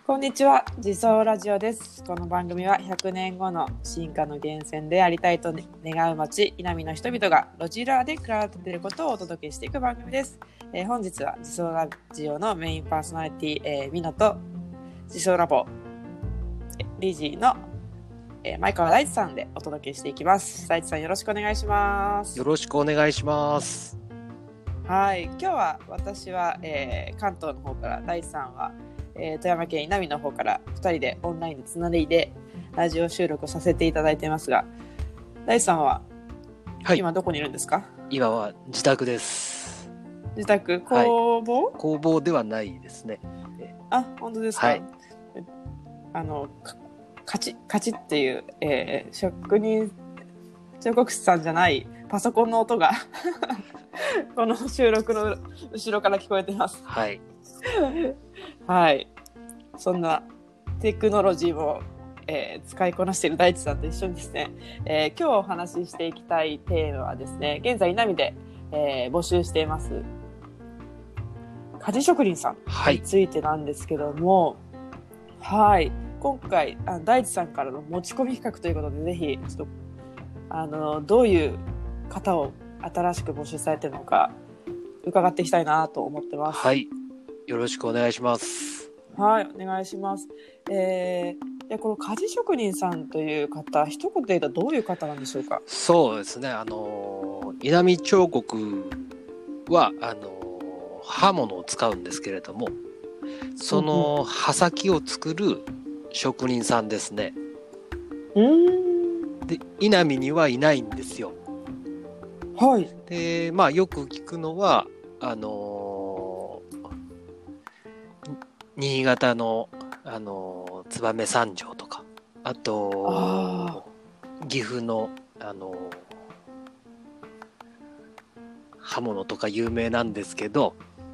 こんにちは、自走ラジオです。この番組は100年後の進化の源泉でありたいと願う町、稲見の人々が路地裏で蔵を立てることをお届けしていく番組です。本日は自走ラジオのメインパーソナリティ、ミノと自走ラボ理事の、前川大地さんでお届けしていきます。大地さん、よろしくお願いします。 よろしくお願いします。 はい、今日は私は、関東の方から、大地さんは富山県稲美の方から2人でオンラインでつないでラジオ収録をさせていただいていますが、大地さんは今どこにいるんですか？ 今は自宅です。 自宅？工房？ 工房ではないですね。 あ、本当ですか？カチッっていう、職人彫刻師さんじゃないパソコンの音がこの収録の後ろから聞こえてます。 はいはい、そんなテクノロジーを、使いこなしている大地さんと一緒にですね、今日お話ししていきたいテーマはですね、現在稲美で、募集しています鍛冶職人さんについてなんですけども、はい、今回大地さんからの持ち込み企画ということで、ぜひちょっとどういう方を新しく募集されているのか伺っていきたいなと思ってます。 はい、よろしくお願いします。 はい、お願いします。この鍛冶職人さんという方、一言で言うとどういう方なんでしょうか？ そうですね、稲美彫刻は刃物を使うんですけれども、その刃先を作る職人さんですね。で、稲美にはいないんですよ。 はい。 で、よく聞くのは新潟の燕三条とか、あと岐阜の刃物とか有名なんですけど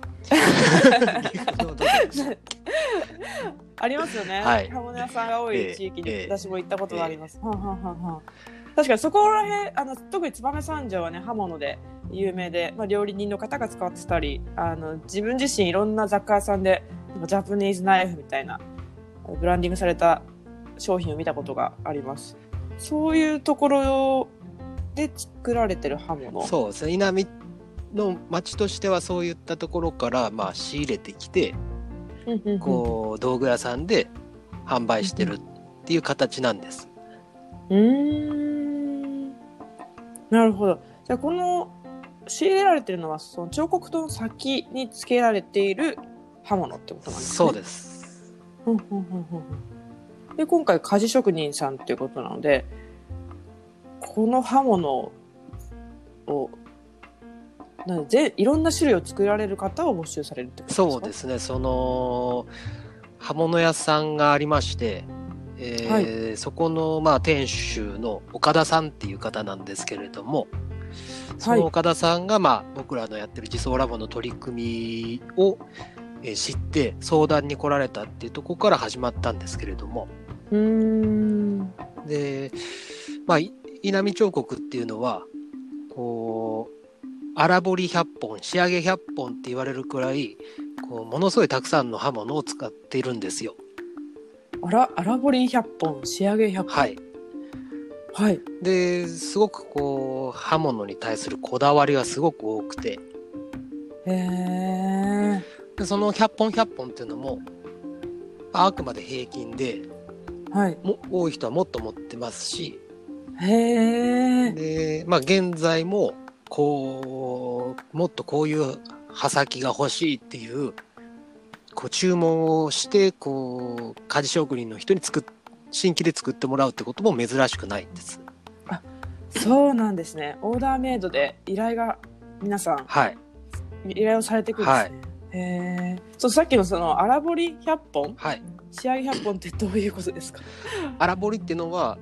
ありますよね、 はい、 刃物屋さんが多い地域に私も行ったことがあります。確かにそこら辺特に燕三条はね、刃物で有名で、料理人の方が使ってたり、自分自身いろんな雑貨屋さんでジャパニーズナイフみたいなブランディングされた商品を見たことがあります。そういうところで作られてる刃物。 そうですね、稲美の町としてはそういったところから仕入れてきて、こう道具屋さんで販売してるっていう形なんです。 なるほど。じゃあこの仕入れられてるのはその彫刻刀の先に付けられている刃物ってことなんですね。 そうです。 で、今回鍛冶職人さんっていうことなので、この刃物をいろんな種類を作られる方を募集されるってことですか？そうですね。その刃物屋さんがありまして、そこの店主の岡田さんっていう方なんですけれども、その岡田さんが僕らのやってる自走ラボの取り組みを知って相談に来られたっていうところから始まったんですけれども、で、稲美彫刻っていうのはこう荒彫り100本仕上げ100本って言われるくらいものすごいたくさんの刃物を使っているんですよ。 荒彫り100本仕上げ100本、はい、 ですごく刃物に対するこだわりがすごく多くて、でその100本100本っていうのもあくまで平均で、多い人はもっと持ってますし、で、現在ももっとこういう刃先が欲しいっていう注文をして鍛冶職人の人に新規で作ってもらうってことも珍しくないんです。 あ、そうなんですね。オーダーメイドで依頼が皆さん、依頼をされていくんですね。さっきのその荒彫り100本、仕上げ100本ってどういうことですか？ 荒彫りっていうのは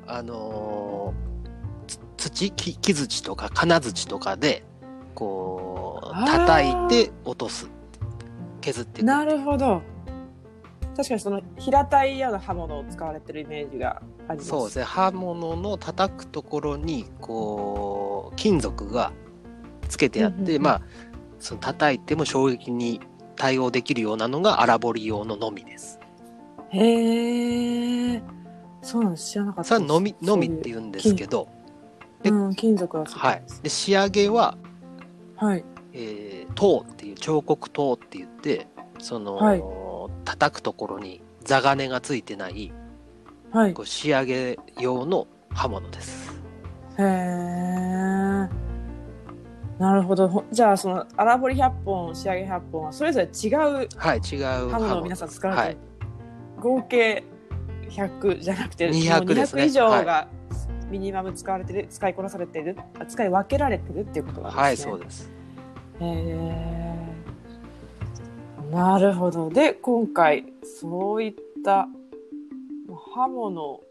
木槌とか金槌とかで叩いて落とす、削っていく。 なるほど。確かにその平たいような刃物を使われてるイメージがあります。 そうですね。刃物の叩くところに金属がつけてあって、その叩いても衝撃に対応できるようなのが荒彫り用ののみです。 へえ、そうなんです。知らなかったです。 それはのみって言うんですけど、 金属がついてはい。 るんです。 で、仕上げは、 はい。 刀っていう彫刻刀って言って、 はい。 叩くところに座金がついてない、 はい。 こう仕上げ用の刃物です。 へえ。なるほど。じゃあ、その荒彫り100本、仕上げ100本は、それぞれ違うはい、違う刃物を皆さん刃物です。はい。 使われてる。合計100じゃなくて、もう 200です 200以ね。はい。 上がミニマム使われてる、使いこなされている、使い分けられてるっていうことなんではい、 すね。 そうです。 へえ。なるほど。で、今回、そういった刃物を、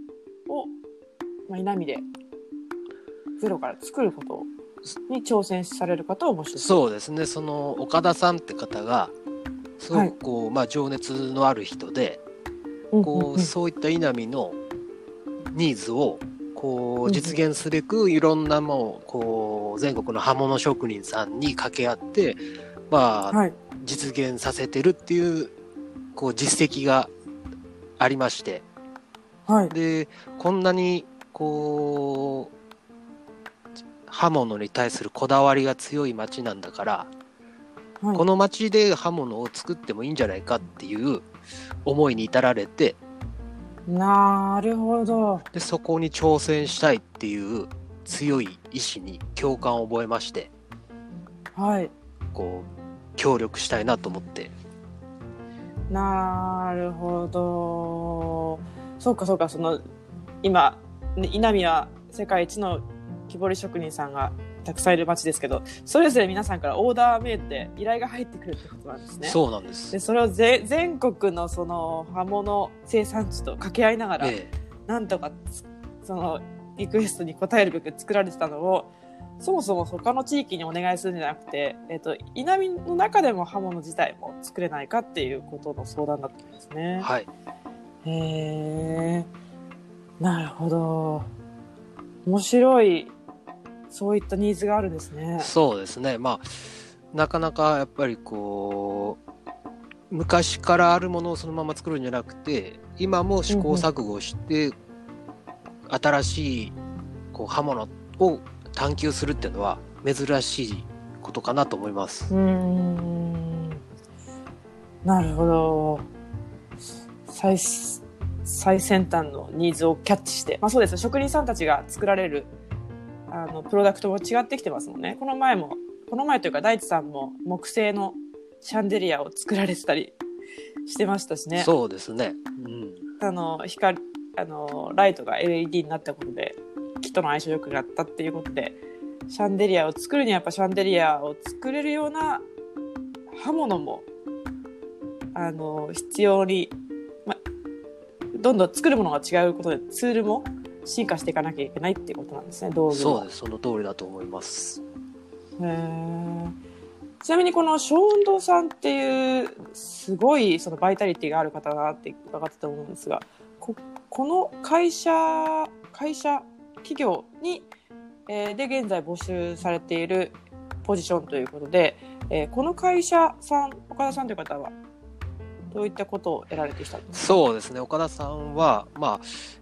稲見でゼロから作ることに挑戦される方を募集する。 そうですね。岡田さんって方が、すごはい。 くこう、まあ、情熱のある人で、こう、そういった稲見のニーズを、こう、実現すべく、いろんなもう、こう、全国の刃物職人さんに掛け合って、まあ、 はい。 実現させてるっていう、こう、実績がありまして、 はい。 で、こんなに、こう、刃物に対するこだわりが強い町なんだから、 はい。 この町で刃物を作ってもいいんじゃないかっていう思いに至られて、 なるほど。 で、そこに挑戦したいっていう強い意志に共感を覚えまして、 はい。 こう、協力したいなと思って。 なるほど。そうかそうか、今、稲見は世界一の木彫り職人さんがたくさんいる町ですけど、それぞれ皆さんからオーダーメイドで依頼が入ってくるってことなんですね。 そうなんです。 で、それを全国のその刃物生産地と掛け合いながら、なんとかそのリクエストに応えるべく作られてたのを、そもそも他の地域にお願いするんじゃなくて、稲見の中でも刃物自体も作れないかっていうことの相談だったんですね。 はい。 へえ、なるほど。面白い、そういったニーズがあるんですね。 そうですね。まあ、なかなかやっぱりこう、昔からあるものをそのまま作るんじゃなくて、今も試行錯誤して、新しいこう刃物を探求するっていうのは珍しいことかなと思います。 なるほど。最先端のニーズをキャッチして、まあそうですね、職人さんたちが作られるプロダクトも違ってきてますもんね。この前というか大地さんも木製のシャンデリアを作られてたりしてましたしね。 そうですね。 ライトが LED になったことで木との相性良くなったっていうことで、シャンデリアを作るにはやっぱシャンデリアを作れるような刃物も必要に、どんどん作るものが違うことでツールも進化していかなきゃいけないっていうことなんですね、道具も。 そうです、その通りだと思います。 ちなみにこのショーンドさんっていうすごいそのバイタリティがある方だなって伺ってたと思うんですが、この会社企業に、で現在募集されているポジションということで、この会社さん、岡田さんという方はどういったことを得られてきたんですか？ そうですね、岡田さんは、まあ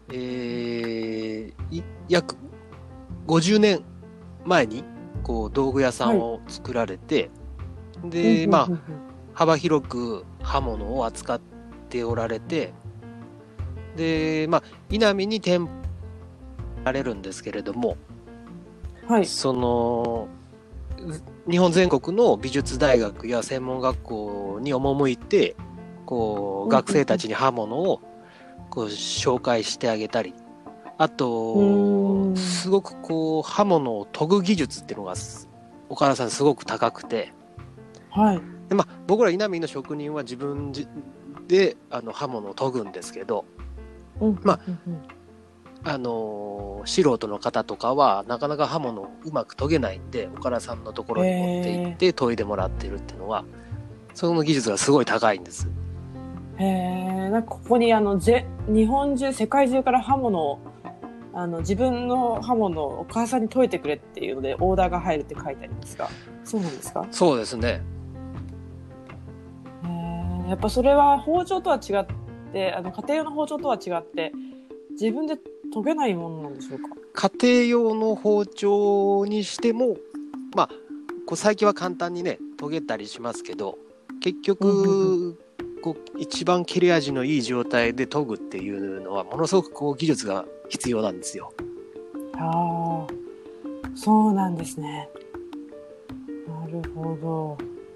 約50年前にこう道具屋さんを作られて、はい、で、まあ幅広く刃物を扱っておられて、で、まあ稲見に店舗られるんですけれども、 はい、 その日本全国の美術大学や専門学校に赴いて、こう学生たちに刃物をこう紹介してあげたり、あとすごくこう刃物を研ぐ技術っていうのが岡田さんすごく高くて、 はい、 でまあ僕ら稲見の職人は自分で刃物を研ぐんですけど、まあ素人の方とかはなかなか刃物をうまく研げないんで、岡田さんのところに持って行って研いでもらってるっていうのは、その技術がすごい高いんです。 なんかここに日本中世界中から刃物を自分の刃物をお母さんに研いでくれっていうのでオーダーが入るって書いてありますが、そうなんですか？ そうですね。 やっぱそれは包丁とは違っって家庭用の包丁とは違って自分で研げないものなんでしょうか？ 家庭用の包丁にしても、まあ、こう最近は簡単にね研げたりしますけど、結局、こう一番切れ味のいい状態で研ぐっていうのはものすごくこう技術が必要なんですよ。 ああ、そうなんですね。なるほど。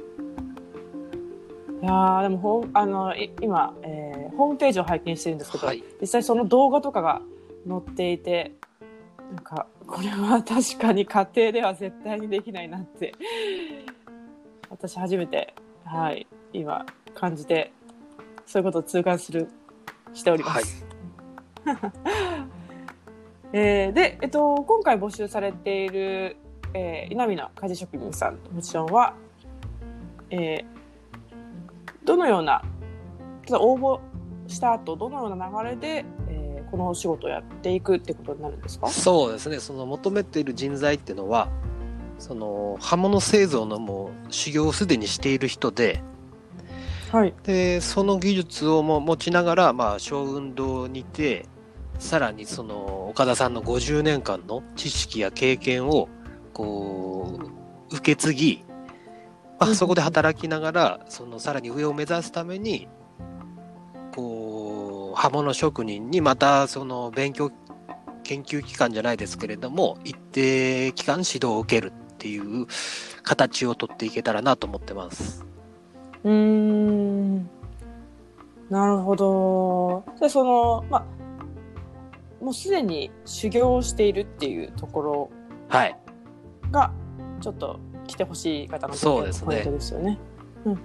いやでも今、ホームページを拝見してるんですけど、 はい、 実際その動画とかが載っていて、なんかこれは確かに家庭では絶対にできないなって私初めて、はい、今感じて、そういうことを痛感しております。はいで、今回募集されている、稲美の鍛冶職人さんのポジションは、どのような応募した後どのような流れで、このお仕事をやっていくってことになるんですか？ そうですね。その求めている人材っていうのは、その刃物製造のもう修行をすでにしている人で、 はい、 でその技術をも持ちながら、まあ、小運動にてさらにその岡田さんの50年間の知識や経験をこう受け継ぎ、まあ、そこで働きながらそのさらに上を目指すためにこう刃物職人にまたその勉強研究機関じゃないですけれども一定期間指導を受けるっていう形を取っていけたらなと思ってます。 なるほど。でもうすでに修行をしているっていうところがちょっと来てほしい方のポイントですよね。わ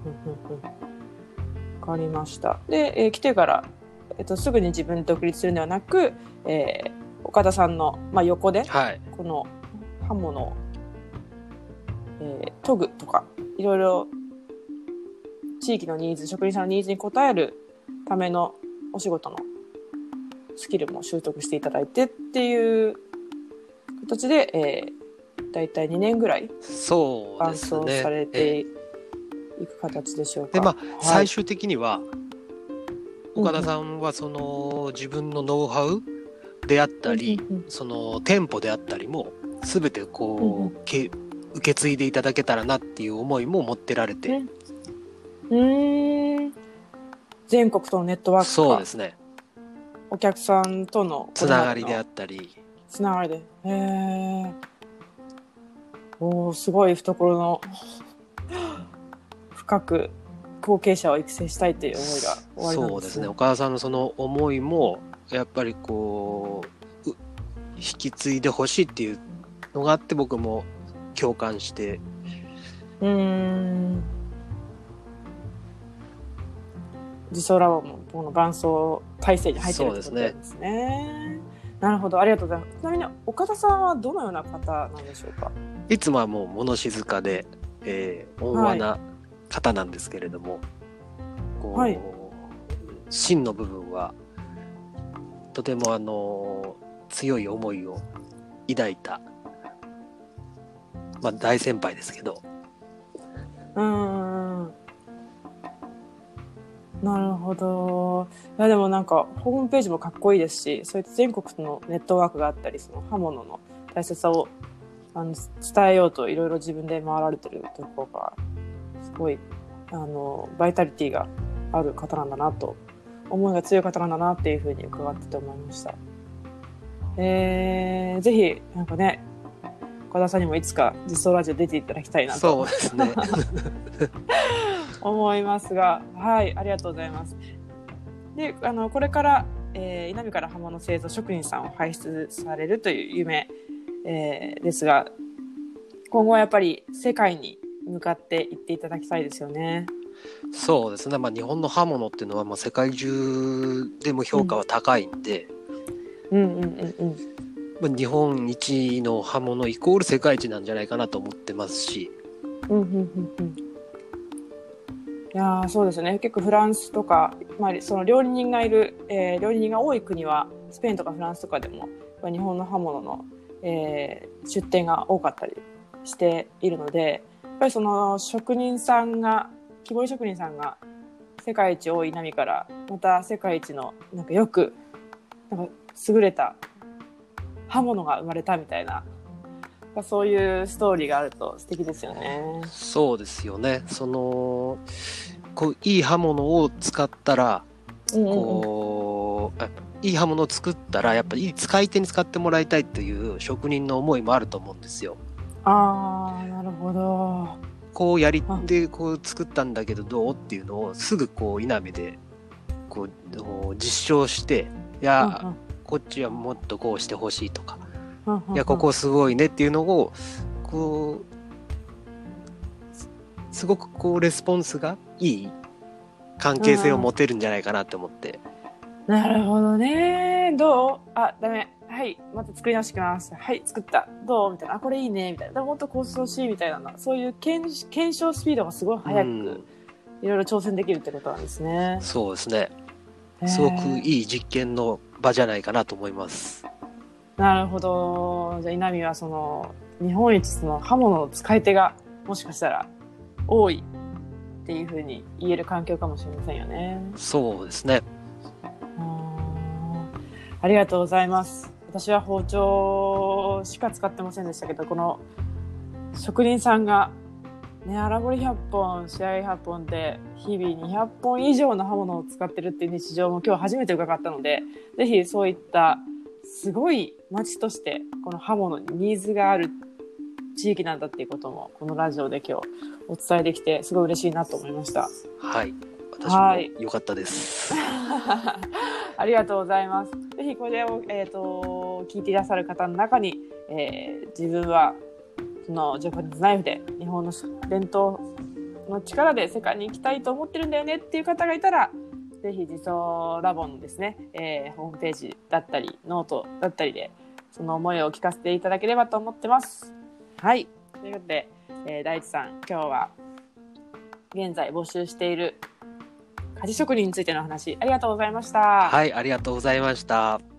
かりました。で、来てから、すぐに自分で独立するのではなく、岡田さんの、横で、この刃物を、研ぐとかいろいろ地域のニーズ、職人さんのニーズに応えるためのお仕事のスキルも習得していただいてっていう形で、だいたい2年ぐらい伴走されていく形でしょうか。 で、最終的には岡田さんはその自分のノウハウであったり、その店舗であったりも全てこう、受け継いでいただけたらなっていう思いも持ってられて、 全国とのネットワークか。 そうですね。 お客さんとのつながりであったり、 つながりで、すごい懐の深く後継者を育成したいという思いがおありなんですね。 そうですね。岡田さんのその思いもやっぱりこう引き継いでほしいっていうのがあって僕も共感して。 自走ラボもこの伴走体制に入っているということですね。なるほど、ありがとうございます。ちなみに岡田さんはどのような方なんでしょうか？ いつもはもう物静かで、温和な方なんですけれども、芯の部分はとても強い思いを抱いた、大先輩ですけど。 なるほど。いやでもなんかホームページもかっこいいですし、そういった全国のネットワークがあったり、その刃物の大切さを伝えようといろいろ自分で回られてるところがすごいバイタリティがある方なんだなと、思いが強い方なんだなっていうふうに伺ってて思いました。ぜひなんかね、岡田さんにもいつか実装ラジオ出ていただきたいなと。 そうですね。 思いますが、はい、ありがとうございます。で、これから、稲美から刃物製造職人さんを輩出されるという夢、ですが、今後はやっぱり世界に向かっていっていただきたいですよね。 そうですね。日本の刃物っていうのは世界中でも評価は高いんで、日本一の刃物イコール世界一なんじゃないかなと思ってますし。 いやそうですね。結構フランスとか、その料理人がいる、料理人が多い国はスペインとかフランスとかでも日本の刃物の、出店が多かったりしているので、やっぱりその職人さんが、木彫り職人さんが世世界一多い波からまた世界一のなんか優れた刃物が生まれたみたいな、そういうストーリーがあると素敵ですよね。 そうですよね。こういい刃物を使ったら、いい刃物を作ったらやっぱりいい使い手に使ってもらいたいという職人の思いもあると思うんですよ。 ああ、なるほど。 こうこう作ったんだけどどうっていうのをすぐこう稲目でこう実証して、いや、こっちはもっとこうしてほしいとか、いやここすごいねっていうのをこうすごくこうレスポンスがいい関係性を持てるんじゃないかなって思って。 なるほどね。どう？あ、ダメ。はい、また作り直してきます。はい、作った。どうみたいな。あ、これいいねみたいな。もっとこうしてほしいみたいな。そういう検証スピードがすごい速く、いろいろ挑戦できるってことなんですね。 そうですね。すごくいい実験の場じゃないかなと思います。 なるほど。じゃあ稲見は日本一刃物の使い手がもしかしたら多いっていうふうに言える環境かもしれませんよね。 そうですね。 ありがとうございます。私は包丁しか使ってませんでしたけど、この職人さんがね、荒彫り100本、仕上げ100本で日々200本以上の刃物を使ってるっていう日常も今日初めて伺ったので、ぜひそういったすごい町としてこの刃物にニーズがある地域なんだっていうこともこのラジオで今日お伝えできてすごい嬉しいなと思いました。 はい、私も良かったです。 ありがとうございます。ぜひこれを、聞いていらっしゃる方の中に、自分はそのジャパニーズナイフで日本の伝統の力で世界に行きたいと思ってるんだよねっていう方がいたら、ぜひ自走ラボのですね、ホームページだったりノートだったりでその思いを聞かせていただければと思ってます。はい、ということで、大地さん、今日は現在募集している鍛冶職人についての話ありがとうございました。 はい、ありがとうございました。